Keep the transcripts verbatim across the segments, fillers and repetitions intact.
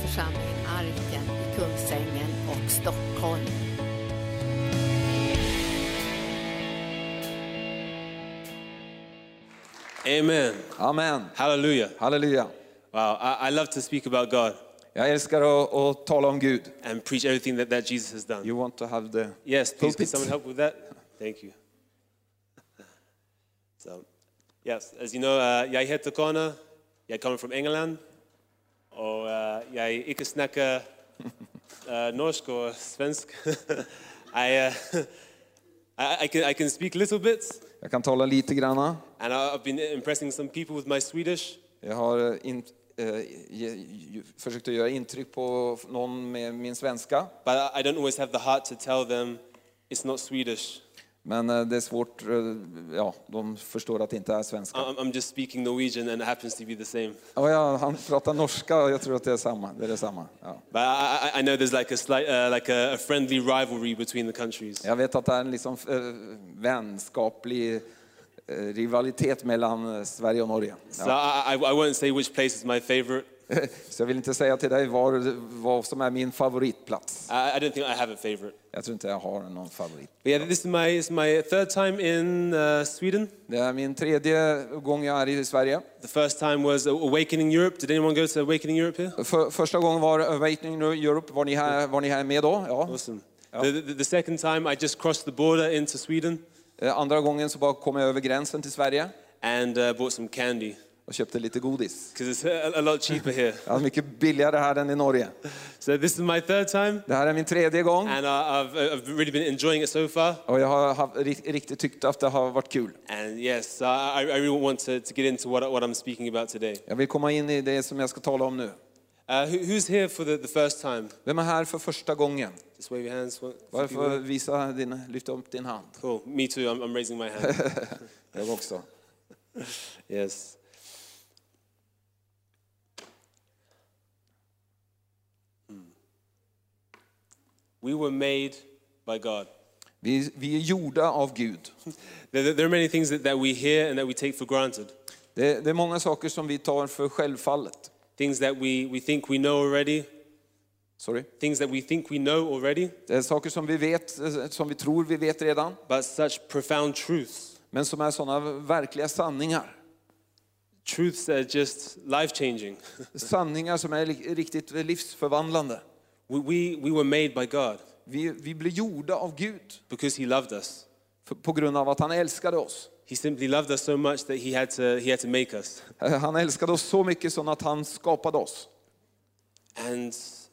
församling Arken i Kungsängen och Stockholm. Amen. Amen. Hallelujah. Halleluja. Wow, I, I love to speak about God Jag älskar att, att tala om Gud. and preach everything that, that Jesus has done. You want to have the Yes, please, pulpit? can someone help with that? Thank you. So, yes, as you know, uh, jag heter Connor. Jag kommer från England. Och uh, jag icke snackar uh, norsk och svensk. I, uh, I, I, can, I can speak a little bit. Jag kan tala lite granna. And I've been impressing some people with my Swedish. Jag har in, eh, ge, ge, försökt att göra intryck på någon med min svenska. But I don't always have the heart to tell them it's not Swedish. Men eh, det är svårt, eh, ja, de förstår att det inte är svenska. I'm, I'm just speaking Norwegian and it happens to be the same. Ja, ja, han pratar norska och jag tror att det är samma. Det är det samma. Ja. But I, I, I know there's like a slight, uh, like a, a friendly rivalry between the countries. Jag vet att det är en liksom, eh, vänskaplig eh, rivalitet mellan Sverige och Norge. So Ja. I, I, I won't say which place is my favorite. Så jag vill inte säga till dig var, vad som är min favoritplats. I, I don't think I have a favorite. Jag tror inte jag har någon favorit. But yeah, this is my, this is my third time in uh, Sweden. Det är min tredje gång jag är i Sverige. The first time was Awakening Europe. Did anyone go to Awakening Europe here? För, första gången var Awakening Europe. Var ni här, var ni här med då? Ja. Awesome. The, the, the second time I just crossed the border into Sweden. Andra gången så bara kom jag över gränsen till Sverige. And uh, bought some candy. Och köpte lite godis. Because it's a, a lot cheaper here. Ja, mycket billigare här än i Norge. So this is my third time. Det här är min tredje gång. And uh, I've, I've really been enjoying it so far. Och jag har haft, riktigt tyckt att det har varit kul. And yes, uh, I, I really want to, to get into what, what I'm speaking about today. Jag vill komma in i det som jag ska tala om nu. Uh, who, who's here for the, the first time? Vem är här för första gången? Just wave your hands. Varför visa din, lyfta upp din hand? Cool. Me too. I'm, I'm raising my hand. Jag också. Yes. Hmm. We were made by God. Vi, vi är gjorda av Gud. There, there are many things that, that we hear and that we take for granted. Det, det är många saker som vi tar för självfallet. Things that we, we think we know already. Sorry. Things that we think we know already. Det är saker som vi vet, som vi tror vi vet redan. But such profound truths. Men som är sådana verkliga sanningar. Truths that are just life-changing. Sanningar som är riktigt livsförvandlande. We, we, we were made by God. Vi, vi blev gjorda av Gud. Because he loved us. För, på grund av att han älskade oss. He simply loved us so much that he had to, he had to make us. Han älskade oss så mycket så att han skapade oss. And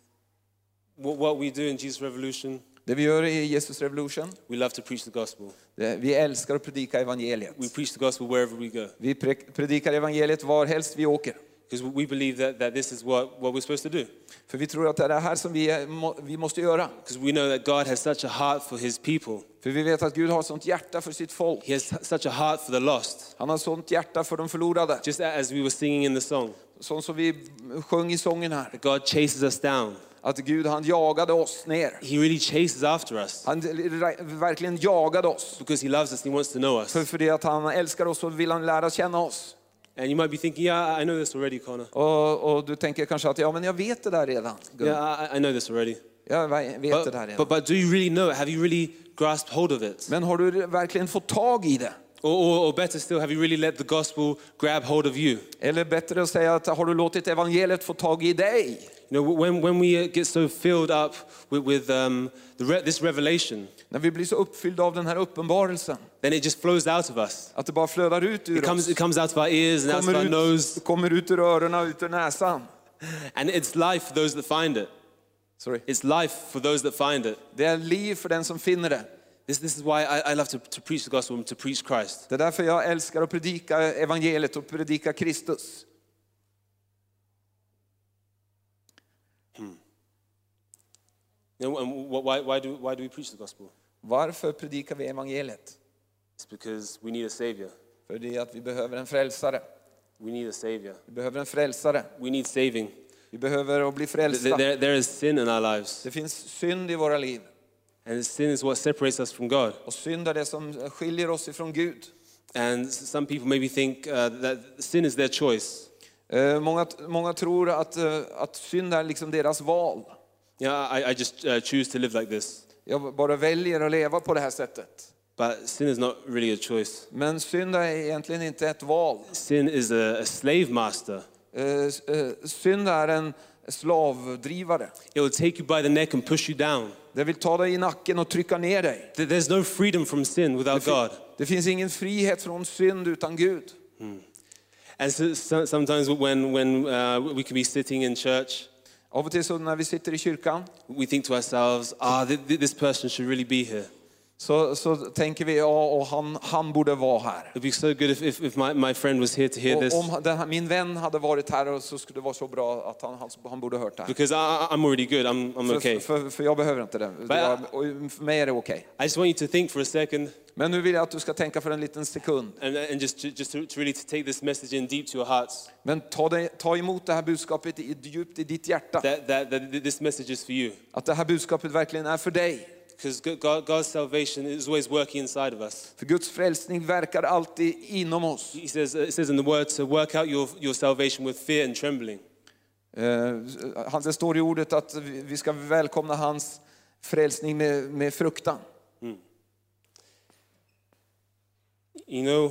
what, what we do in Jesus Revolution, det vi gör i Jesus Revolution, we love to preach the gospel. Det, vi älskar att predika evangeliet. We preach the gospel wherever we go. Vi predikar evangeliet var helst vi åker. Because we believe that, that this is what, what we're supposed to do. För vi tror att det är det här som vi, vi måste göra. Because we know that God has such a heart for his people. För vi vet att Gud har sånt hjärta för sitt folk. He has such a heart for the lost. Han har sånt hjärta för de förlorade. Just as we were singing in the song. Sånt som vi sjöng i sången här. That God chases us down. Att Gud han jagade oss ner. He really chases after us. Han verkligen jagade oss. Because he loves us and he wants to know us. För, för det att han älskar oss så vill han lära känna oss. And you might be thinking, yeah, I know this already, Connor. Och, och du tänker kanske att ja, men jag vet det där redan. Gun. Yeah, I, I know this already. Jag vet but, det där redan. But, but do you really know it? Have you really grasped hold of it? Men har du verkligen fått tag i det? Or, or, or better still, have you really let the gospel grab hold of you? Eller bättre att säga att har du låtit evangeliet få tag i dig? You know, when, when we get so filled up with, with um, the re- this revelation, när vi blir så uppfyllda av den här uppenbarelsen, then it just flows out of us. Att det bara flödar ut ur it comes, oss. It comes out of our ears and out of our ut, nose. kommer ut ur öronen, ut ur näsan. And it's life for those that find it. Sorry. It's life for those that find it. Det är liv för den som finner det. This, this is why I, I love to, to preach the gospel, to preach Christ. Det är därför jag älskar att predika evangeliet och predika Kristus. Hmm. You know, and why, why, do, why do we preach the gospel? Varför predikar vi evangeliet? It's because we need a savior. För det är att vi behöver en frälsare. We need a savior. Vi behöver en frälsare. We need saving. Vi behöver att bli frälsta. There, there is sin in our lives. Det finns synd i våra liv. And sin is what separates us from God. Och synd är det som skiljer oss ifrån Gud. And some people maybe think uh, that sin is their choice. Eh, många, många tror att, eh, att synd är liksom deras val. Yeah, I, I just uh, choose to live like this. Jag bara väljer att leva på det här sättet. But sin is not really a choice. Men synd är egentligen inte ett val. Sin is a, a slave master. Eh, eh, synd är en slavdrivare. It will take you by the neck and push you down. Det vill ta dig i nacken och trycka ner dig. Th- There's no freedom from sin without Det, fin- God. det finns ingen frihet från synd utan Gud. And so, so, sometimes when, when uh, we can be sitting in church, Av och till så när vi sitter i kyrkan we think to ourselves, ah, th- th- this person should really be here. så, så tänker vi, ja, och han, han borde vara här. It'd be so good if, if, if my, my friend was here to hear this. Och om den här, min vän hade varit här och så skulle det vara så bra att han, han, han borde ha hört det här. Because I, I- I'm already good, I'm, I'm okay. För, för, för jag behöver inte det. Jag, och för mig är det okej. I just want you to think for a second Men nu vill jag att du ska tänka för en liten sekund. and, and just, to, just to, to really to take this message in deep to your hearts. Men ta, dig, ta emot det här budskapet i, djupt i ditt hjärta. That, that, that this message is for you. Att det här budskapet verkligen är för dig. Because God, God's salvation is always working inside of us. För Guds frälsning verkar alltid inom oss. He says, it says in the word to work out your, your salvation with fear and trembling. Eh, han- det står i ordet att vi vi ska välkomna hans frälsning med, med fruktan. You know,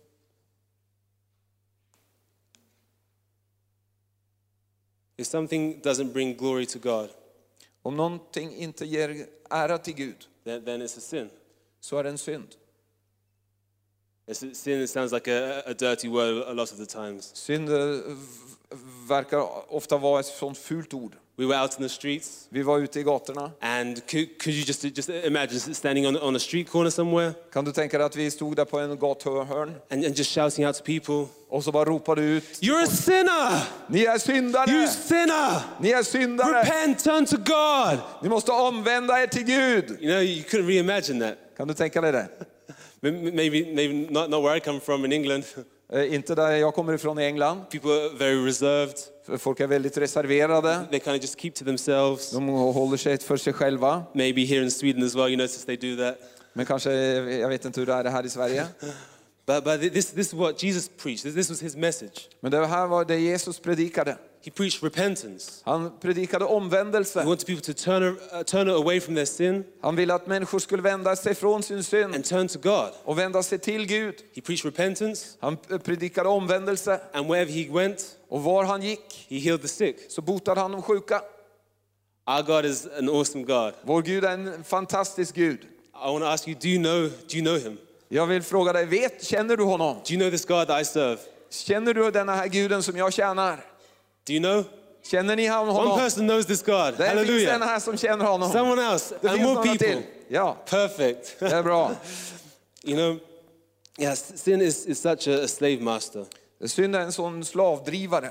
if something doesn't bring glory to God, Om någonting inte ger ära till Gud then, then it's a sin. så är det en synd. It's a sin, it sounds like a, a dirty word a lot of the times. Synd eh, v- verkar ofta vara ett sånt fult ord. We were out in the streets, Vi var ute i gatorna. and could, could you just, just imagine standing on, on a street corner somewhere Kan du tänka dig att vi stod där på en gathörn and, and just shouting out to people, och så bara ropade ut: you're a sinner! Ni är syndare! You sinner! Ni är syndare! Repent, turn to God! Ni måste omvända er till Gud! You know, you couldn't really imagine that. Kan du tänka dig det? M- Maybe, maybe not, not where I come from in England. Eh, inte där jag kommer ifrån i England. People are very reserved. För folk är väldigt reserverade. They kind of just keep to themselves. De håller sig för sig själva. Maybe here in Sweden as well, you notice they do that. Men kanske, jag vet inte hur det är här i Sverige. But, but this, this is what Jesus preached. This, this was his message. Men det här var det Jesus predikade. He preached repentance. Han predikade He omvändelse. wanted people to turn, uh, turn away from their sin Han ville att människor skulle vända sig från sin synd and turn to God. och vända sig till Gud. He preached repentance, Han predikade omvändelse. and wherever he went, Och var han gick he healed the sick. så botade han de sjuka. Our God is an awesome God. Vår Gud är en fantastisk Gud. I want to ask you, do you know, do you know him? Jag vill fråga dig, vet, känner du honom? Do you know this God that I serve? Känner du denna här guden som jag tjänar? Do you know? Känner ni One honom? person knows this God. Det finns den Hallelujah. här som känner honom. Someone else, Det and finns more några people. till. Ja, Perfect. det är bra. You know, yes, sin is, is such a, a slave master. Synd är en sån slavdrivare.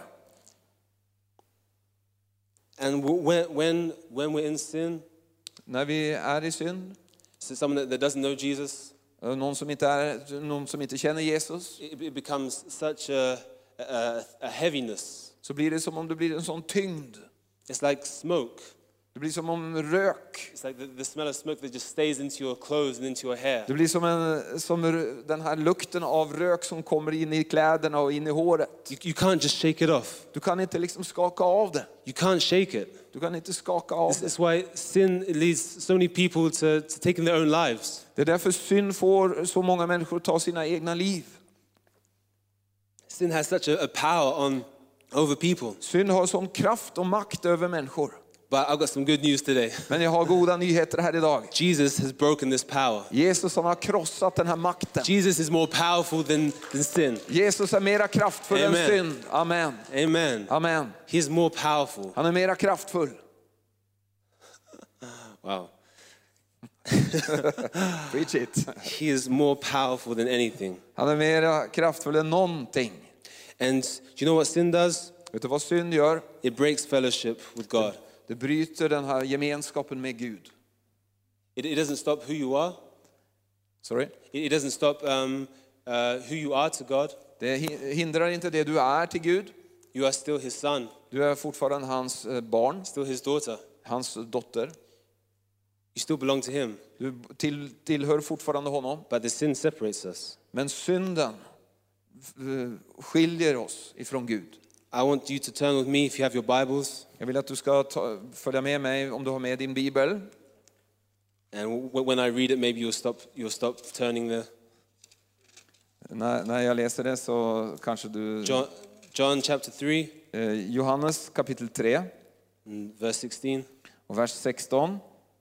And w- when, when, when we're in sin, När vi är i synd, so someone that, that doesn't know Jesus, någon som inte, är, någon som inte känner Jesus, it, it becomes such a, a, a heaviness. så blir det som om det blir en sån tyngd. It's like smoke. Det blir som om rök. It's like the, the smell of smoke that just stays into your clothes and into your hair. Det blir som, en, som den här lukten av rök som kommer in i kläderna och in i håret. You, you can't just shake it off. Du kan inte liksom skaka av det. You can't shake it. Du kan inte skaka av This det. is why sin leads so many people to, to taking their own lives. Det är därför synd får så många människor ta sina egna liv. Sin has such a, a power on over people. Synd har sån kraft och makt över människor. But I've got some good news today. Men jag har goda nyheter här idag. Jesus has broken this power. Jesus han har krossat den här makten. Jesus is more powerful than, than sin. Jesus är mera kraftfull än Amen. synd. Amen. Amen. Amen. He is more powerful. Han är mera kraftfull. Wow. Preach it. He is more powerful than anything. Han är mera kraftfull än någonting. And do you know what sin does? Vet du vad synd gör? It breaks fellowship with God. Det bryter den här gemenskapen med Gud. It, it doesn't stop who you are. Sorry? It, it doesn't stop um, uh, who you are to God. Det hindrar inte det du är till Gud. You are still his son, Du är fortfarande hans eh, barn, still his daughter. hans dotter. You still belong to him. Du till, tillhör fortfarande honom. But the sin separates us. Men synden eh, skiljer oss ifrån Gud. I want you to turn with me if you have your Bibles. Jag vill att du ska ta, följa med mig om du har med din bibel. And w- when I read it, maybe you'll stop, you'll stop turning there. När, när jag läser det så kanske du... John, John chapter three, Eh, Johannes kapitel tre and verse sixteen. och vers sexton.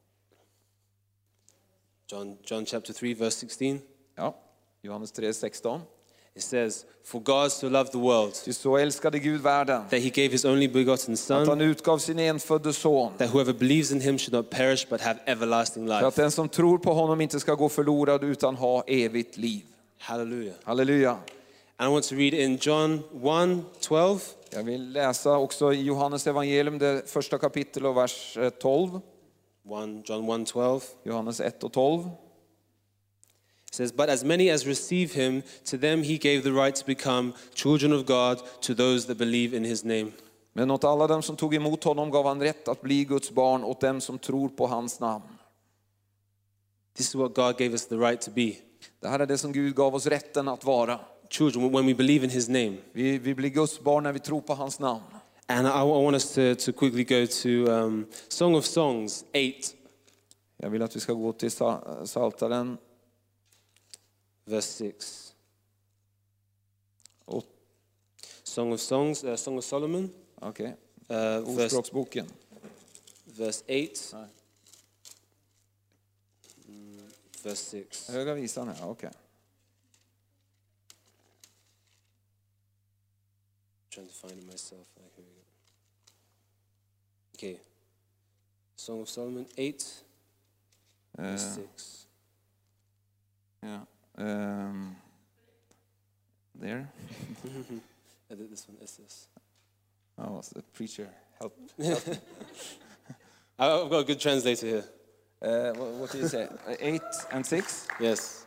John, John chapter three, verse sixteen. Ja, Johannes tre sexton. It says, "For God so loved the world, Ty så älskade Gud världen that he gave his only begotten att Son, han utgav sin enfödde son, that whoever believes in him should not perish but have everlasting för att life." den som tror på honom inte ska gå förlorad utan ha evigt liv. Hallelujah. Halleluja. And I want to read in John one twelve. Jag vill läsa också i Johannes evangelium, det första kapitel och vers tolv. one, John one twelve. Johannes ett och tolv. It says, "But as many as receive him, to them he gave the right to become children of God, to those that believe in his name." Men åt alla dem som tog emot honom gav han rätt att bli Guds barn, åt dem som tror på hans namn. This is what God gave us the right to be. Det här är det som Gud gav oss rätten att vara. Children, when we believe in his name. Vi, vi blir Guds barn när vi tror på hans namn. And I, I want us to, to quickly go to um, Song of Songs eight, Jag vill att vi ska gå till Sa- Psaltaren verse six. och Song of Songs, uh, Song of Solomon, okej. uh, verse, Ordspråksboken. verse eight, Nej. mm, verse six. Höga visan här, okej. Trying to find it myself. Like, here we go. Okay. Song of Solomon eight, verse Eh, six. ja. ehm, there. Uh, This one is this. Oh, the preacher. Help. I- I've got a good translator here. Uh, what, what did you say? Uh, Eight and six? Yes.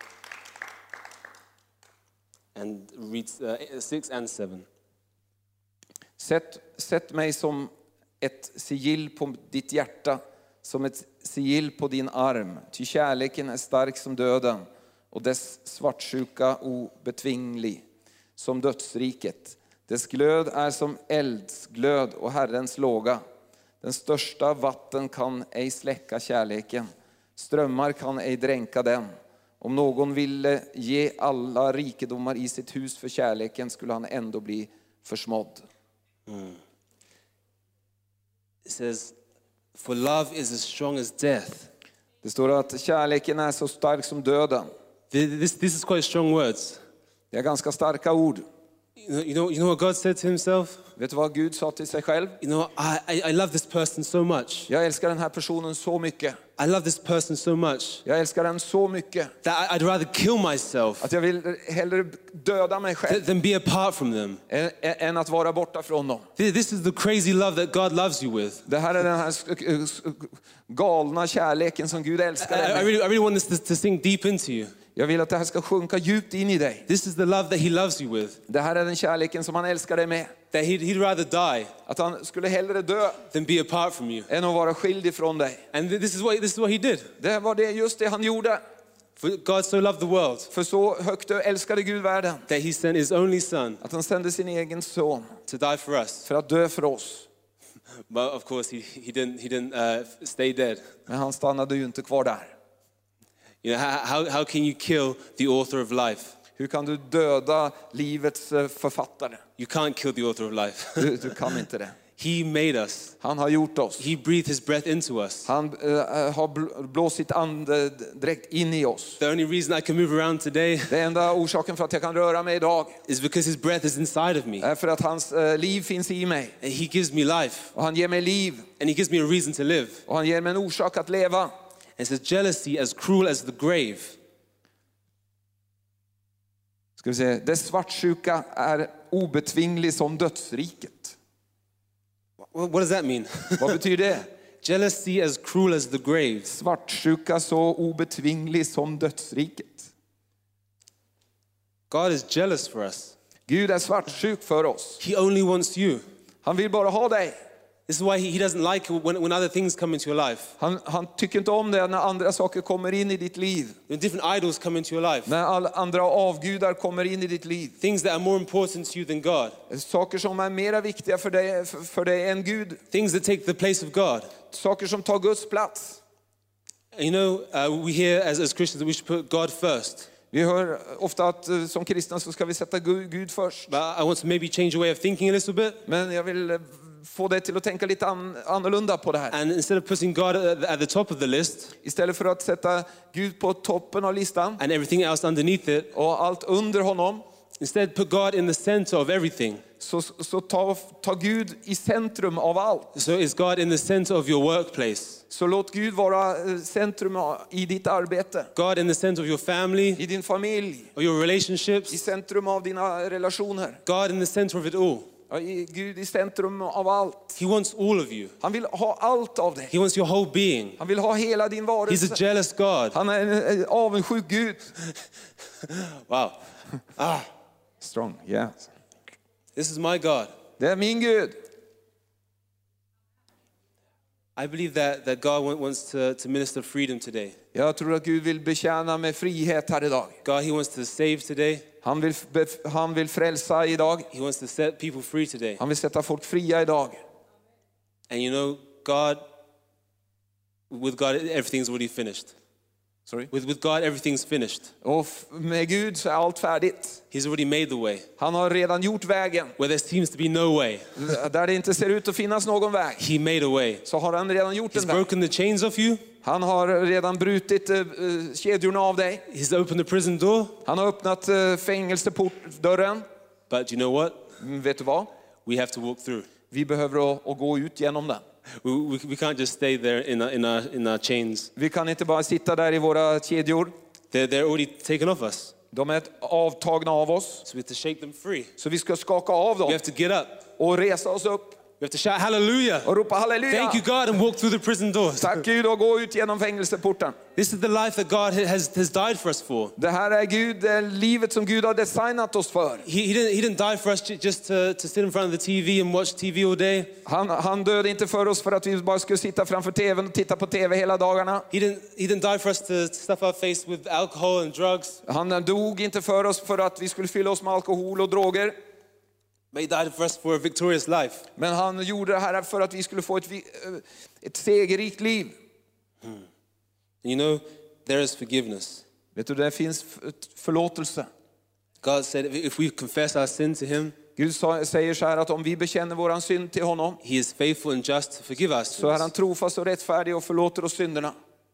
And reads uh, six and seven. Sätt, sätt mig som ett sigill på ditt hjärta, som ett sigill på din arm. Ty kärleken är stark som döden och dess svartsjuka obetvinglig som dödsriket. Dess glöd är som eldsglöd och Herrens låga. Den största vatten kan ej släcka kärleken. Strömmar kan ej dränka den. Om någon ville ge alla rikedomar i sitt hus för kärleken skulle han ändå bli försmådd. It says, "For love is as strong as death." Det står att kärleken är så stark som döden. This, this is quite strong words. Det är ganska starka ord. You know, you know, you know what God said to himself? Vet du vad Gud sa till sig själv? You know, I, I, I love this person so much. Jag älskar den här personen så mycket. I love this person so much Jag älskar den så mycket that I, I'd rather kill myself att jag vill hellre döda mig själv th- than be apart from them. än, än att vara borta från dem. Th- This is the crazy love that God loves you with. Det här är den här sk- sk- galna kärleken som Gud I, älskar I, dig med. really, I really want this to, to sink deep into you. Jag vill att det här ska sjunka djupt in i dig. This is the love that he loves you with. Det här är den kärleken som han älskar dig med. That he'd, he'd rather die Att han skulle hellre dö than be apart from you. än att vara skild ifrån dig. And th- this is what, this is what he did. Det var det, just det han gjorde. For God so loved the world För så högt älskade Gud världen that he sent his only son att han sände sin egen son to die for us. för att dö för oss. But of course, he, he didn't, he didn't uh, stay dead. Men han stannade ju inte kvar där. You know, how, how can you kill the author of life? Hur kan du döda livets eh, författare? You can't kill the author of life. Du, du kan inte det. He made us. Han har gjort oss. He breathed his breath into us. Han eh, har bl- blåst sitt andedräkt in i oss. The only reason I can move around today Det enda orsaken för att jag kan röra mig idag is because his breath is inside of me. är för att hans eh, liv finns i mig. And he gives me life. Och han ger mig liv. And he gives me a reason to live. Och han ger mig en orsak att leva. And it says jealousy as cruel as the grave. Ska vi se. Det svartsjuka är obetvinglig som dödsriket. What, what does that mean? Vad betyder det? Jealousy as cruel as the grave. Svartsjuka så obetvinglig som dödsriket. God is jealous for us. Gud är svartsjuk för oss. He only wants you. Han vill bara ha dig. This is why he, he doesn't like when, when other things come into your life. Han, han tycker inte om det när andra saker kommer in i ditt liv. When different idols come into your life. När alla andra avgudar kommer in i ditt liv. Things that are more important to you than God. Saker som är mera viktiga för dig, för, för dig än Gud. Things that take the place of God. Saker som tar Guds plats. You know, uh, we hear as, as Christians that we should put God first. Vi hör ofta att uh, som kristna så ska vi sätta Gud, Gud först. But I want to maybe change your way of thinking a little bit. Men jag vill uh, få dig till att tänka lite an, annorlunda på det här. And instead of putting God at the, at the top of the list. Istället för att sätta Gud på toppen av listan. And everything else underneath it. Och allt under honom. Instead put God in the center of everything. Så, så ta, ta Gud i centrum av allt. So is God in the center of your workplace? Så låt Gud vara centrum i ditt arbete. God in the center of your family, i din familj, of your relationships. I centrum av dina relationer. God in the center of it all. Ja, Gud i centrum av allt. He wants all of you. Han vill ha allt av dig. He wants your whole being. Han vill ha hela din varelse. He's a jealous God. Han är en avundsjuk Gud. Wow. Ah. Strong, yeah. This is my God. Det är min Gud. I believe that, that God wants to, to minister freedom today. Jag tror att Gud vill betjäna med frihet här idag. God, he wants to save today. Han vill, han vill frälsa idag. He wants to set people free today. Han vill sätta folk fria idag. And you know, God, with God, everything's already finished. Sorry? With, with God, everything's finished. Och med Gud så är allt färdigt. He's already made the way. Han har redan gjort vägen. Where there seems to be no way. Där det inte ser ut att finnas någon väg. He made a way. Så har han redan gjort He's en väg. broken the chains of you. Han har redan brutit uh, kedjorna av dig. He's opened the prison door. Han har öppnat uh, fängelseportdörren. But you know what? Mm, vet du vad? We have to walk through. Vi behöver att, att gå ut genom den. We, we, we can't just stay there in our, in, our, in our chains. Vi kan inte bara sitta där i våra kedjor. They're, they're already taken off us. De är avtagna av oss. So we have to shake them free. Så vi ska skaka av dem. We have to get up. Och resa oss upp. We have to shout hallelujah. Och ropa halleluja. Thank you God and walk through the prison doors. Tack Gud och gå ut genom fängelseporten. This is the life that God has, has died for us for. Det här är Gud, det är livet som Gud har designat oss för. He, he, didn't, he didn't die for us just to, to sit in front of the T V and watch T V all day. Han, han dödade inte för oss för att vi bara skulle sitta framför tvn och titta på tv hela dagarna. He didn't, he didn't die for us to stuff our face with alcohol and drugs. Han dog inte för oss för att vi skulle fylla oss med alkohol och droger. But he died for us for a victorious life. Men han gjorde det här för att vi skulle få ett, ett segerrikt liv. Hmm. You know, there is forgiveness. Vet du, det finns förlåtelse. God said if we confess our sin to him, Gud säger så här att om vi bekänner våran synd till honom, he is faithful and just to forgive us. så är han trofast och rättfärdig och förlåter oss synderna.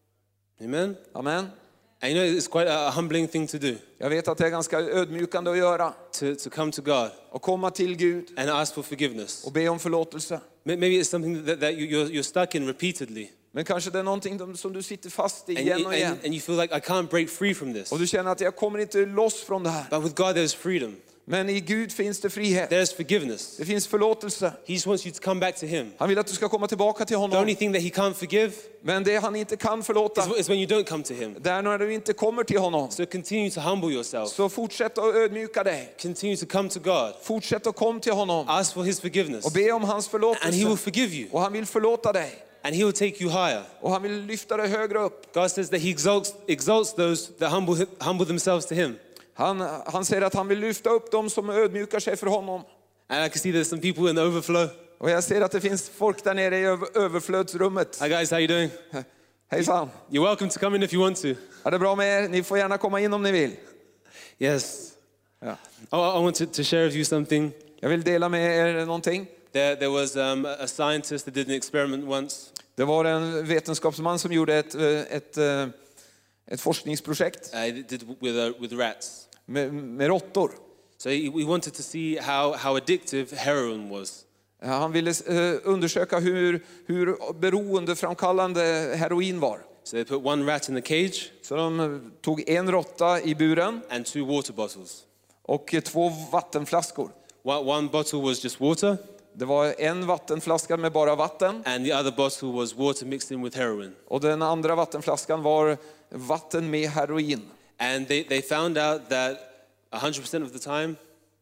Amen. Amen. And you know, it's quite a humbling thing to do. Jag vet att det är ganska ödmjukande att göra. To, to come to God. Och komma till Gud. And ask for forgiveness. Och be om förlåtelse. Maybe it's something that, that you're, you're stuck in repeatedly. Men kanske det är någonting som du sitter fast i and, igen och igen. And, and you feel like I can't break free from this. Och du känner att jag kommer inte loss från det här. But with God there's freedom. Men i Gud finns det frihet. There's forgiveness. Det finns förlåtelse. He just wants you to come back to him. Han vill att du ska komma tillbaka till honom. The only thing that he can't forgive, men det han inte kan förlåta, is when you don't come to him. Det är när du inte kommer till honom. So continue to humble yourself. Så fortsätt att ödmjuka dig. Continue to come to God. Fortsätt att komma till honom. Ask for his forgiveness. Och be om hans förlåtelse. And he will forgive you. Och han vill förlåta dig. And he will take you higher. Och han vill lyfta dig högre upp. God says that he exalts, exalts those that humble, humble themselves to him. Han, han säger att han vill lyfta upp dem som ödmjukar sig för honom. And I can see there's some people in the overflow. Och jag ser att det finns folk där nere i överflödsrummet. Hi guys, how you doing? Hejsan. You're welcome to come in if you want to. Är det bra med er? Ni får gärna komma in om ni vill. Yes. Ja. Oh, I want to, to share with you something. Jag vill dela med er någonting. There, there was um, a scientist that did an experiment once. Det var en vetenskapsman som gjorde ett, ett, ett, ett forskningsprojekt. Uh, he did with, uh, with rats. Med, med råttor. So he, we wanted to see how, how addictive heroin was. Han ville uh, undersöka hur, hur beroendeframkallande heroin var. So they put one rat in the cage. Så de tog en råtta i buren. And two water bottles. Och två vattenflaskor. One, one bottle was just water. Det var en vattenflaska med bara vatten. And the other bottle was water mixed in with heroin. Och den andra vattenflaskan var vatten med heroin. And they, they found out that one hundred percent of the time,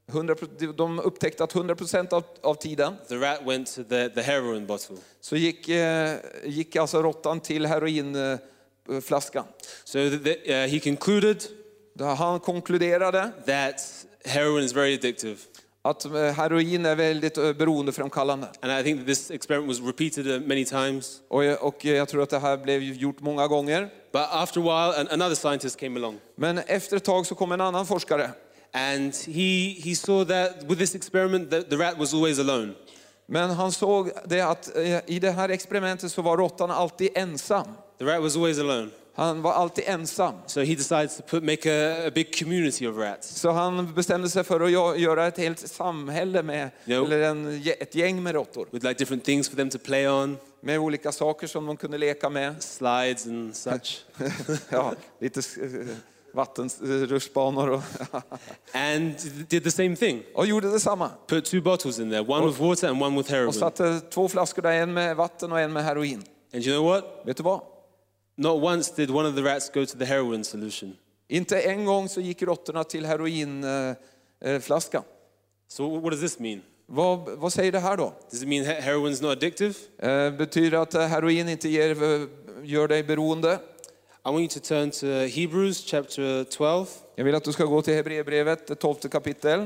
hundra, de upptäckte att hundra procent av, av tiden the rat went to the, the heroin bottle. så gick, eh, gick alltså råttan till heroinflaskan. So the, the, uh, he concluded Han konkluderade that heroin is very addictive. att heroin är väldigt eh, beroendeframkallande. And I think that this experiment was repeated uh, many times. Och, jag- och jag tror att det här blev gjort många gånger. But after a while, an, another scientist came along. Men efter ett tag så kom en annan forskare. And he, he saw that with this experiment, the, the rat was always alone. Men han såg det att eh, i det här experimentet så var råttan alltid ensam. The rat was always alone. Han var alltid ensam. So he decided to put, make a, a big community of rats. Så han bestämde sig för att gö- göra ett helt samhälle med, Jo. eller en, ett gäng med råttor. With like different things for them to play on, Med olika saker som de kunde leka med. slides and such. Ja, lite eh, vattenrutschbanor och, And did the same thing. och gjorde detsamma. Put two bottles in there, one with water and one with Och heroin. satte två flaskor där, en med vatten och en med heroin. And you know what? Vet du vad? Not once did one of the rats go to the heroin solution. Inte en gång så gick råttorna till heroinflaskan. So what does this mean? Vad, vad säger det här då? Does it mean he- heroin's not addictive? Eh, betyder att eh, heroin inte ger, eh, gör dig beroende? I want you to turn to Hebrews chapter twelve. Jag vill att du ska gå till Hebreerbrevet, det tolfte kapitel.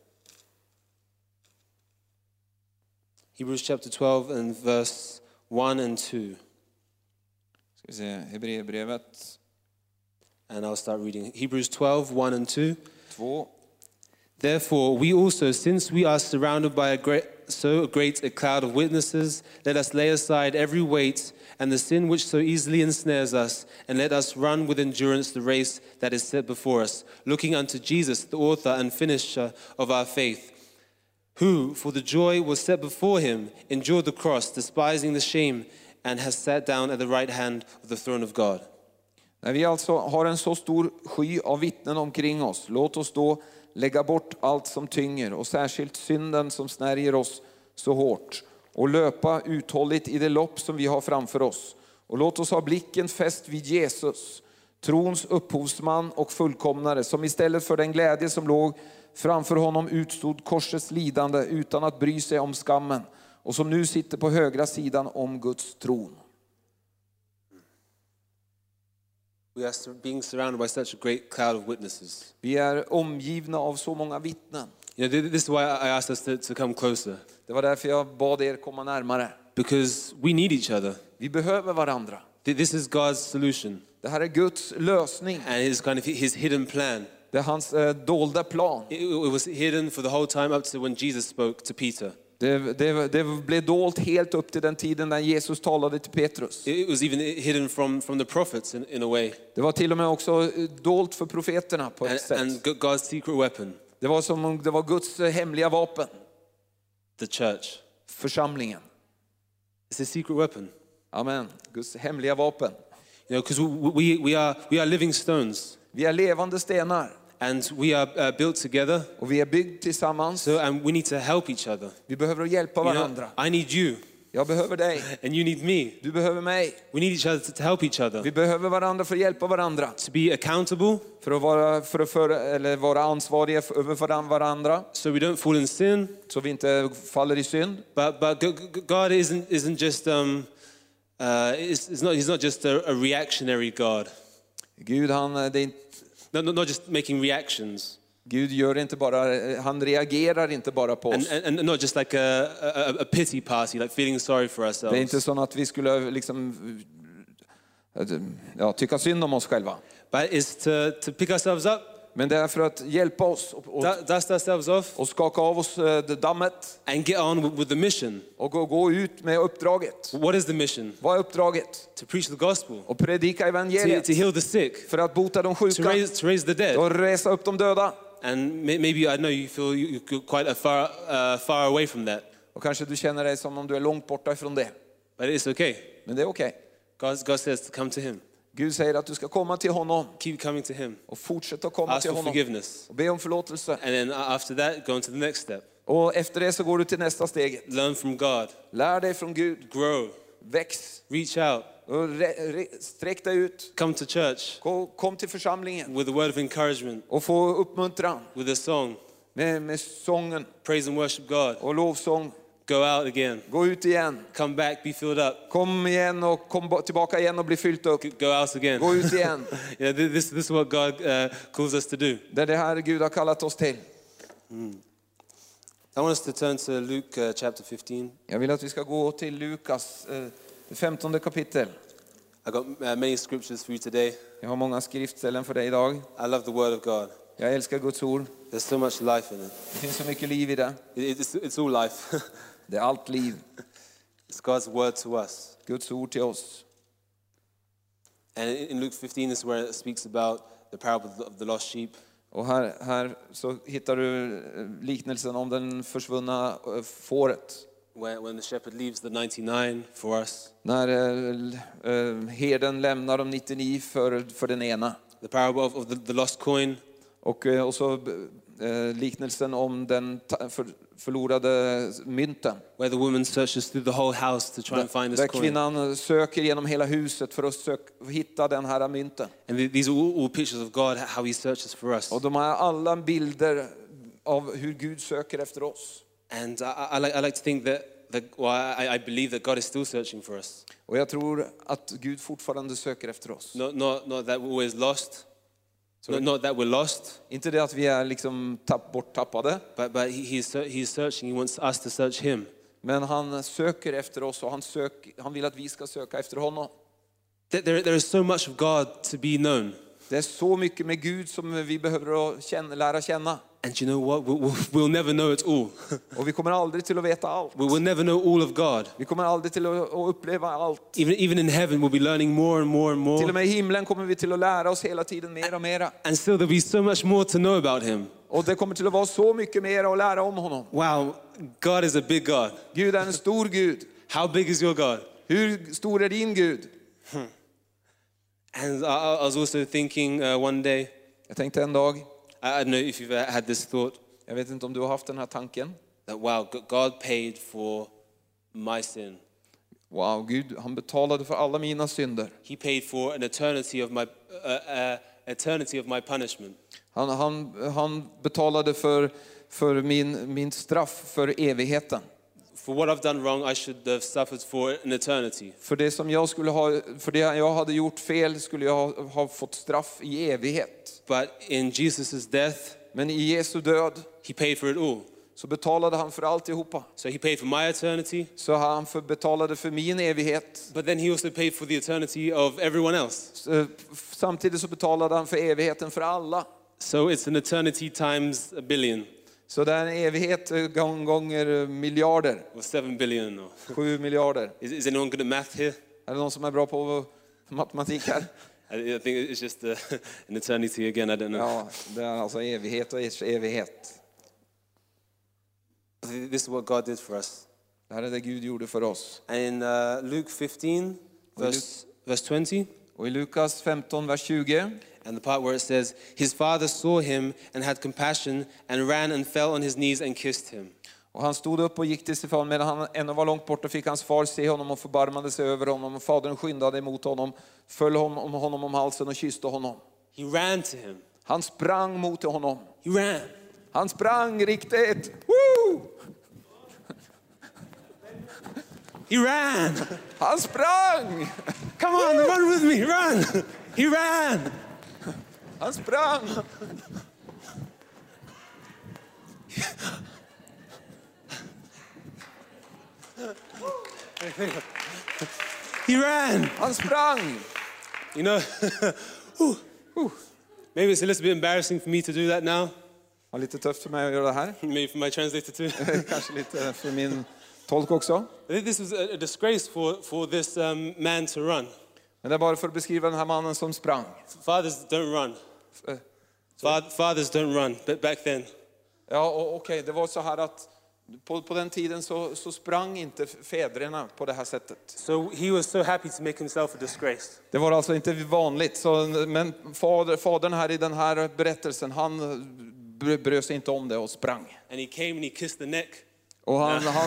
Hebrews chapter twelve and verse one and two. Ska vi se, Hebreerbrevet And I'll start reading. Hebrews twelve, one and two. två. Therefore, we also, since we are surrounded by a great, so great a cloud of witnesses, let us lay aside every weight and the sin which so easily ensnares us, and let us run with endurance the race that is set before us, looking unto Jesus, the author and finisher of our faith, who, for the joy was set before him, endured the cross, despising the shame, and has sat down at the right hand of the throne of God. När vi alltså har en så stor sky av vittnen omkring oss, låt oss då lägga bort allt som tynger och särskilt synden som snärjer oss så hårt och löpa uthålligt i det lopp som vi har framför oss. Och låt oss ha blicken fäst vid Jesus, trons upphovsman och fullkomnare, som istället för den glädje som låg framför honom utstod korsets lidande utan att bry sig om skammen och som nu sitter på högra sidan om Guds tron. We are sur- being surrounded by such a great cloud of witnesses. Vi är omgivna av så många vittnen. You know, th- this is why I asked us to, to come closer. Det var därför jag bad er komma närmare. Because we need each other. Vi behöver varandra. Th- This is God's solution. Det här är Guds lösning. And his kind of his hidden plan. Det är hans eh, dolda plan. It, it was hidden for the whole time up to when Jesus spoke to Peter. Det, det, det blev dolt helt upp till den tiden när Jesus talade till Petrus. It, it was even hidden from, from the prophets in, in a way. Det var till och med också eh, dolt för profeterna på ett And, sätt. and G- God's secret weapon, Det var som om det var Guds eh, hemliga vapen. the church. Församlingen. It's a secret weapon. Amen. Guds hemliga vapen. You know, because we, we, we, are, we are living stones. Vi är levande stenar. And we are uh, built together. Och vi är byggd tillsammans. So, and we need to help each other. Vi behöver hjälpa You know, varandra. I need you. Jag behöver dig. And you need me. Du behöver mig. We need each other to, to help each other. Vi behöver varandra för att hjälpa varandra. To be accountable. För att vara, för att för, eller vara ansvariga för, över för varandra. So we don't fall in sin. Så vi inte faller i synd. But, but G- G- God isn't, isn't just, um, uh, it's, it's not, he's not just a, a reactionary God. Gud, han, det är inte, No, no, not just making reactions. Gud gör inte bara, han reagerar inte bara på And, oss. and, and not just like a, a, a pity party, like feeling sorry for Det är ourselves. inte så att vi skulle liksom, ja, tycka synd om oss själva. But it's to, to pick ourselves up, Men det är för att hjälpa oss och, och, du- dust ourselves off, och skaka av oss eh, det dammet and get on with, with the mission. och gå, gå ut med uppdraget. What is the mission? Vad är uppdraget? To preach the gospel, Och predika to, evangeliet. to heal the sick, För att bota de to sjuka raise, to raise the dead. och resa upp de döda. And may, maybe, I know you feel you- you're quite a far, uh, far away from that, Och kanske du känner dig som om du är långt borta ifrån det. but it's okay. Men det är okej. God, God says to come to him. Gud säger att du ska komma till honom Keep coming to him. och fortsätta komma Ask till for honom forgiveness. och be om förlåtelse. And then after that, go on to the next step. Och efter det så går du till nästa steget. Learn from God. Lär dig från Gud, Grow. väx Reach out. och re, re, sträck dig ut. Come to church Kom, kom till församlingen with a word of encouragement, och få uppmuntran. with a song, med, med sången praise and worship God. och lovsång. Go out again. Gå ut igen. Come back, be filled up. Kom igen och kom ba- tillbaka igen och bli fyllt upp. Go out again. Gå ut igen. Yeah, this, this is what God uh, calls us to do. Det är det här Gud har kallat oss till. I want us to turn to Luke uh, chapter fifteen. Jag vill att vi ska gå till Lukas, eh, det femtonde kapitel. I got uh, many scriptures for you today. Jag har många skriftställen för dig idag. I love the word of God. Jag älskar Guds ord. There's so much life in it. Det finns så mycket liv i det. It- It's, it's all life. Det är allt liv. It's God's word to us. Guds ord till oss. And in in Luke fifteen is where it speaks about the parable of the- of the lost sheep. Och här, här så hittar du eh, liknelsen om den försvunna eh, fåret. When, when the shepherd leaves the ninety-nine for us. När eh, eh, herden lämnar de nittionio för, för den ena. The parable of, of the, the lost coin. Och, eh, och så eh, liknelsen om den ta- för, förlorade mynten. Where the woman searches through the whole house to try and find Där this coin. kvinnan söker genom hela huset för att sök, hitta den här mynten. And th- these are all, all pictures of God, how he searches for us. Och de har alla bilder av hur Gud söker efter oss. And I, I, like, I like to think that, that well, I, I believe that God is still searching for us. Och jag tror att Gud fortfarande söker efter oss. Not, not, not that we're always lost. Not, not that we're lost, Inte det att vi är liksom tapp, borttappade. but, but he, he's, ser- he's searching. He wants us to search him. Men han söker efter oss och han, sök, han vill att vi ska söka efter honom. There, there there is so much of God to be known. Det är så mycket med Gud som vi behöver att känna, lära känna. And you know what? We'll, we'll, we'll never know it all. Och vi kommer aldrig till att veta allt. We will never know all of God. Vi kommer aldrig till att att uppleva allt. Even, even in heaven, we'll be learning more and more and Till och more. med i himlen kommer vi till att lära oss hela tiden mer och mera. And still there'll be so much more to know about him. Och det kommer till att vara så mycket mer att lära om honom. Wow, God is a big God. Gud är en stor Gud. How big is your God? Hur stor är din Gud? And I, I was also thinking uh, one day, Jag tänkte en dag, I, I don't know if you've had this thought, jag vet inte om du har haft den här tanken. that wow, G- God paid for my sin. Wow, Gud, han betalade för alla mina synder. He paid for an eternity of my uh, uh, eternity of my punishment. Han, han, han betalade för, för min, min straff för evigheten. For what I've done wrong, I should have suffered for an eternity. För det som jag skulle ha, för det jag hade gjort fel skulle jag ha, ha fått straff i evighet. But in Jesus' death, Men i Jesu död he paid for it all. så betalade han för alltihopa. So he paid for my eternity, Så han för, betalade för min evighet. but then he also paid for the eternity of everyone else. Så, samtidigt så betalade han för evigheten för alla. So it's an eternity times a billion, Så det är en evighet gång, gånger miljarder. or seven billion. Or Sju miljarder. is, is anyone good at math here? Är det någon som är bra på matematik här? I, I think it's just uh, an eternity again. I don't know. Ja, det är alltså evighet och evighet. This is what God did for us. Det här är det Gud gjorde för oss. And in uh, Luke fifteen, verse, verse twenty, Och i Lukas femton, vers tjugo. and the part where it says, his father saw him and had compassion and ran and fell on his knees and kissed him. Och han stod upp och gick till sin far, medan han ännu var långt borta fick hans far se honom och förbarmade sig över honom. Och fadern skyndade emot honom, föll honom om honom om halsen och kysste honom. He ran to him. Han sprang mot honom. He ran. Han sprang riktigt. Woo! He ran. Han sprang! Come on, run with me, run. He ran. Han sprang! He ran. Han sprang! You know, whew, whew. Maybe it's a little bit embarrassing for me to do that now. Det var lite tufft för mig att göra det här. Maybe for my translator too. Kanske lite för min tolk också. I think this was a, a disgrace for, for this um, man to run. Men det är bara för att beskriva den här mannen som sprang. Fathers don't run. Eh, Fa- fathers don't run, but back then. Ja, och okej, det var så här att på, på den tiden så, så sprang inte fäderna på det här sättet. So he was so happy to make himself a disgrace. Det var alltså inte vanligt. Så, men fader, fadern här i den här berättelsen, han br- bröt sig inte om det och sprang. And he came and he kissed the neck. Och han, han,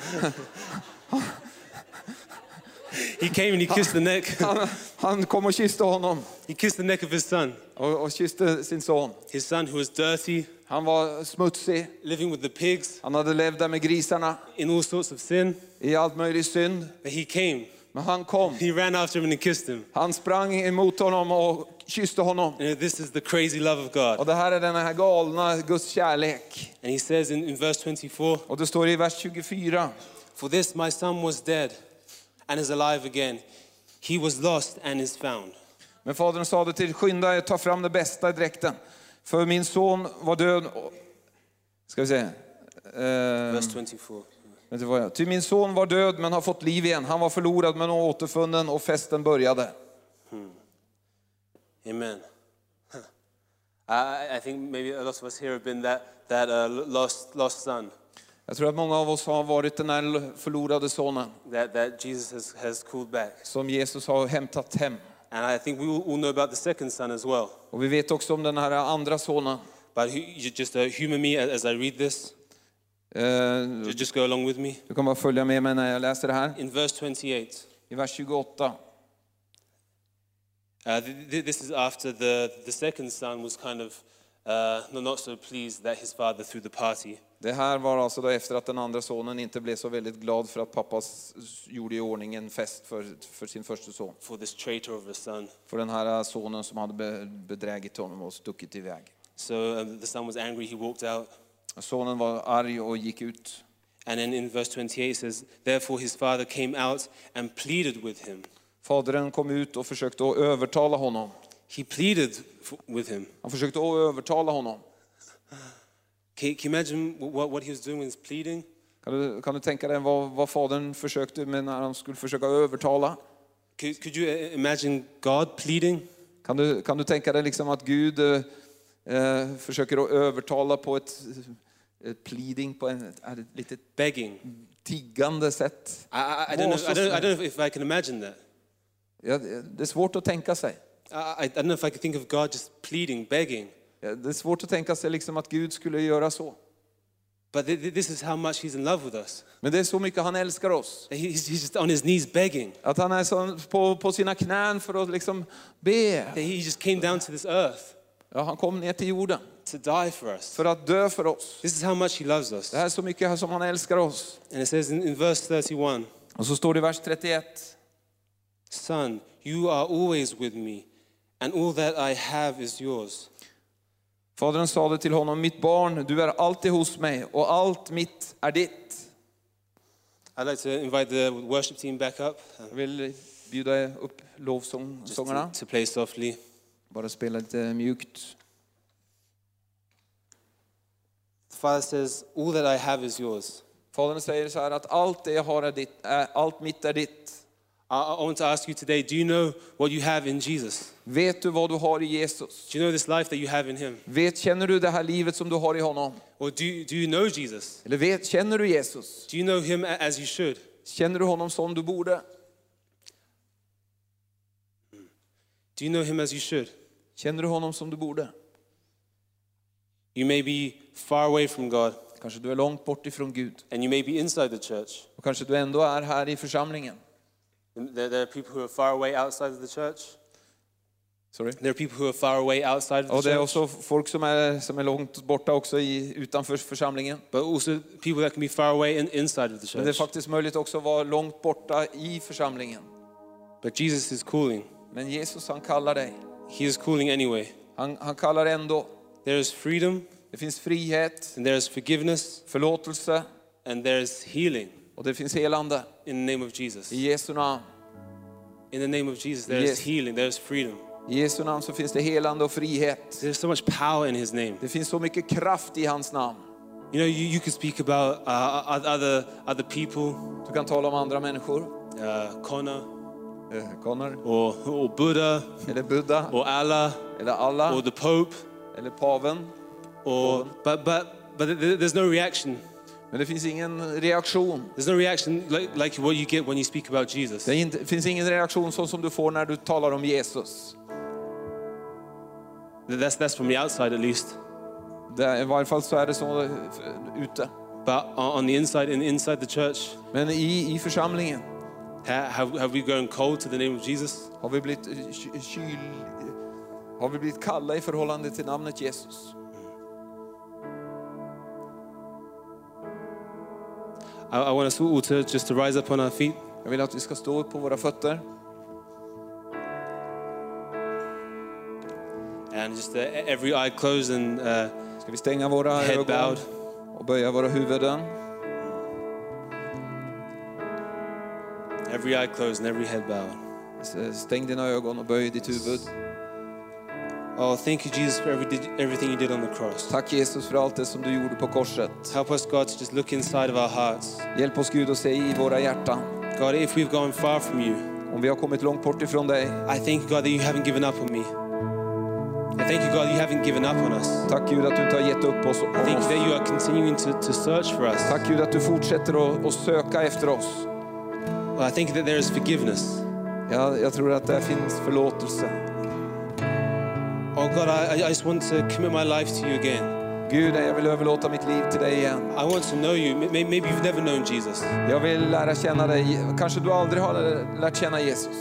He came and he kissed the neck. han, han kom och kysste honom He kissed the neck of his son. och, och kysste sin son. His son who was dirty, Han var smutsig. living with the pigs, Han hade levt där med grisarna in all sorts of sin. i allt möjligt synd. But he came. Men han kom. He ran after him and kissed him. Han sprang emot honom och kysste honom. And this is the crazy love of God. Och det här är den här galna Guds kärlek. And he says in, in verse twenty-four, Och det står i vers tjugofyra. for this my son was dead and is alive again. He was lost and is found. Men fadern sa det till, skynda er, ta fram det bästa i dräkten. För min son var död. och- Ska vi se. Eh, Verse twenty-four. vet du vad jag- Ty min son var död men har fått liv igen. Han var förlorad men återfunnen och festen började. Amen. Huh. I, I think maybe a lot of us here have been that, that uh, lost, lost son Jag tror att många av oss har varit den här förlorade sonen that, that Jesus has, has called back. som Jesus har hämtat hem. And I think we all all know about the second son as well. Och vi vet också om den här andra sonen. But hu- you just uh, humor me as I read this. Eh, Ju- Just go along with me. Du kan bara följa med mig när jag läser det här. In verse twenty-eight, I vers tjugoåtta. uh, th- th- this is after the, the second son was kind of uh, not so pleased that his father threw the party. Det här var alltså då efter att den andra sonen inte blev så väldigt glad för att pappa s- gjorde i ordning en fest för, för sin första son. For this traitor of a son. För den här sonen som hade be- bedrägit honom och stuckit iväg. So um, the son was angry, he walked out. Sonen var arg och gick ut. And then in verse twenty-eight it says, therefore his father came out and pleaded with him. Fadern kom ut och försökte att övertala honom. He pleaded f- with him. Han försökte att övertala honom. Can, can you imagine what, what he was doing with his pleading? Kan du, kan du tänka dig vad, vad fadern försökte med när han skulle försöka övertala? Could, could you uh, imagine God pleading? Kan du, kan du tänka dig liksom att Gud eh, eh, försöker att övertala på ett, ett pleading, på ett, ett litet Begging. tiggande sätt? I, I, I, don't know, I, don't, I don't know if I can imagine that. Ja, det är svårt att tänka sig. I, I, I don't know if I could think of God just pleading, begging. Ja, det är svårt att tänka sig liksom att Gud skulle göra så. But th- th- this is how much he's in love with us. Men det är så mycket han älskar oss. He- He's, he's just on his knees begging. Att han är så på, på sina knän för att liksom be. That he just came down to this earth Ja, han kom ner till jorden to die for us. för att dö för oss. This is how much he loves us. Det här är så mycket som han älskar oss. And it says in, in verse thirty-one, Och så står det i vers trettioett. Son, you are always with me, and all that I have is yours. Fadern sade till honom, mitt barn, du är alltid hos mig och allt mitt är ditt. I'd like to invite the worship team back up uh, Jag vill bjuda upp just to, lovsångarna. to play softly. Bara spela lite mjukt. The Father says, all that I have is yours. Fadern säger så här att allt det jag har är ditt, är, allt mitt är ditt. I, I want to ask you today, do you know what you have in Jesus? Vet du vad du har i Jesus? Do you know this life that you have in him? Vet, känner du det här livet som du har i honom? Or do you, do you know Jesus? Eller vet, känner du Jesus? Do you know him a- as you should? Känner du honom som du borde? Do you know him as you should? Känner du honom som du borde? You may be far away from God, Kanske du är långt bort ifrån Gud. and you may be inside the church. Och kanske du ändå är här i församlingen. And There, there are people who are far away outside of the church. Sorry. There are people who are far away outside of Och the det är church. också folk som är, som är långt borta också i, utanför församlingen. But also people that can be far away in, inside of the Men det är church. faktiskt möjligt också att vara långt borta i församlingen. But Jesus is calling. Men Jesus, han kallar dig. He is calling anyway. Han, han kallar ändå. There is freedom, Det finns frihet, and there is forgiveness, förlåtelse and there is healing och det finns helande. in the name of Jesus. I Jesu namn. In the name of Jesus, there Yes. is healing, there is freedom. I Jesu namn så finns det helande och frihet. There's so much power in his name. Det finns så mycket kraft i hans namn. You know, you, you could speak about uh, other, other people, Du kan tala om andra människor. uh, Connor, Eh, Connor. or, or Buddha, Eller Buddha. or Allah, Eller Allah. or the Pope, Eller paven. or but but but there- there's no reaction. Men det finns ingen reaktion. There's no reaction like, like what you get when you speak about Jesus. Det är inte, finns ingen reaktion sån som du får när du talar om Jesus. That's that's from the outside at least. Det, I varje fall så är det så eh, ute. But on on the inside, in inside the church, Men i, i församlingen ha- have have we grown cold to the name of Jesus? har vi blivit eh, ky- kyl, har vi blivit kalla i förhållande till namnet Jesus. I, I want us all to just to rise up on our feet. Jag vill att vi ska stå upp på våra fötter. And just uh, every eye closed and uh, Ska vi stänga våra head ögon bowed. och böja våra huvuden. Every eye closed and every head bowed. Stäng dina ögon och böj ditt huvud. Oh, thank you, Jesus, for every, everything you did on the cross. Tack Jesus för allt det som du gjorde på korset. Help us, God, to just look inside of our hearts. Hjälp oss Gud att se i våra hjärtan. God, if we've gone far from you, Om vi har kommit långt bort ifrån dig. I thank you, God, that you haven't given up on me. I thank you, God, you haven't given up on us. Tack Gud att du inte har gett upp oss. I thank you that you are continuing to, to search for us. Tack Gud att du fortsätter att, att söka efter oss. Well, I think that there is forgiveness. Ja, jag tror att det finns förlåtelse. Oh, God, I, I just want to commit my life to you again. Gud, jag vill överlåta mitt liv till dig igen. I want to know you. Maybe maybe you've never known Jesus. Jag vill lära känna dig. Kanske du aldrig har lärt känna Jesus.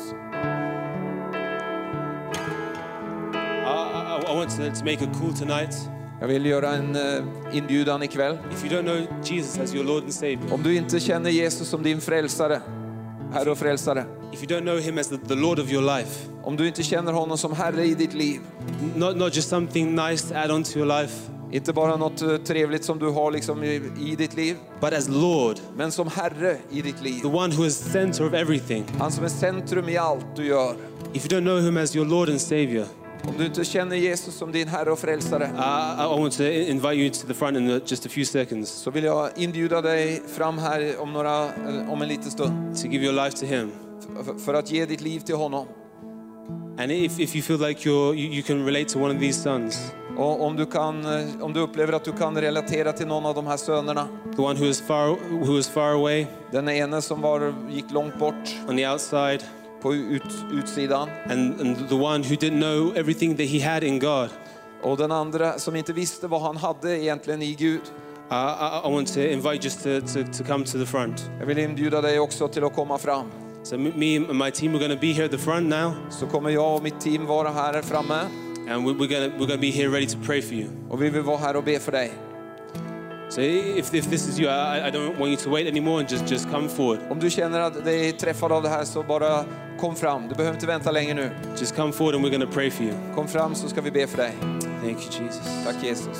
I, I, I want to, to make a call tonight. Jag vill göra en uh, inbjudan ikväll. If you don't know Jesus as your Lord and Savior, Om du inte känner Jesus som din frälsare, Herre och frälsare. if you don't know him as the, the Lord of your life, Om du inte känner honom som Herre i ditt liv. not, not just something nice to add on to your life, Inte bara något uh, trevligt som du har liksom i, i ditt liv. but as Lord, Men som Herre i ditt liv. the one who is the center of everything. Han som är centrum i allt du gör. If you don't know him as your Lord and Savior, Om du inte känner Jesus som din Herre och frälsare. I, I want to invite you to the front in just a few seconds Så vill jag inbjuda dig fram här om, några, om en liten stund. to give your life to him. F- för att ge ditt liv till honom. And if, if you feel like you're, you, you can relate to one of these sons, Och om du, kan, om du upplever att du kan relatera till någon av de här sönerna. the one who is far, who is far away Den ene som var, gick långt bort on the outside, på ut, utsidan. and, and the one who didn't know everything that he had in God, Och den andra som inte visste vad han hade egentligen i Gud. uh, I, I want to invite you just to, to, to come to the front. Jag vill inbjuda dig också till att komma fram. So me me and my team, we're going to be here at the front now, Så kommer jag och mitt team vara här framme. and we, we're going to we're going to be here ready to pray for you. Och vi vill vara här och be för dig. So if, if this is you, I, I don't want you to wait anymore and just, just come forward. Om du känner att det är träffad av det här så bara kom fram. Du behöver inte vänta länge nu. Just come forward and we're going to pray for you. Kom fram så ska vi be för dig. Thank you, Jesus. Tack Jesus.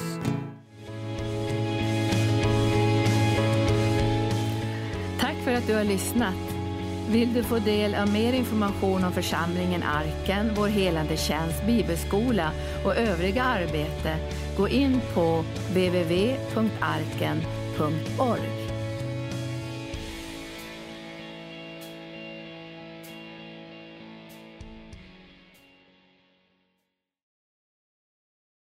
Tack för att du har lyssnat. Vill du få del av mer information om församlingen Arken, vår helande tjänst, bibelskola och övriga arbete, gå in på w w w punkt arken punkt org.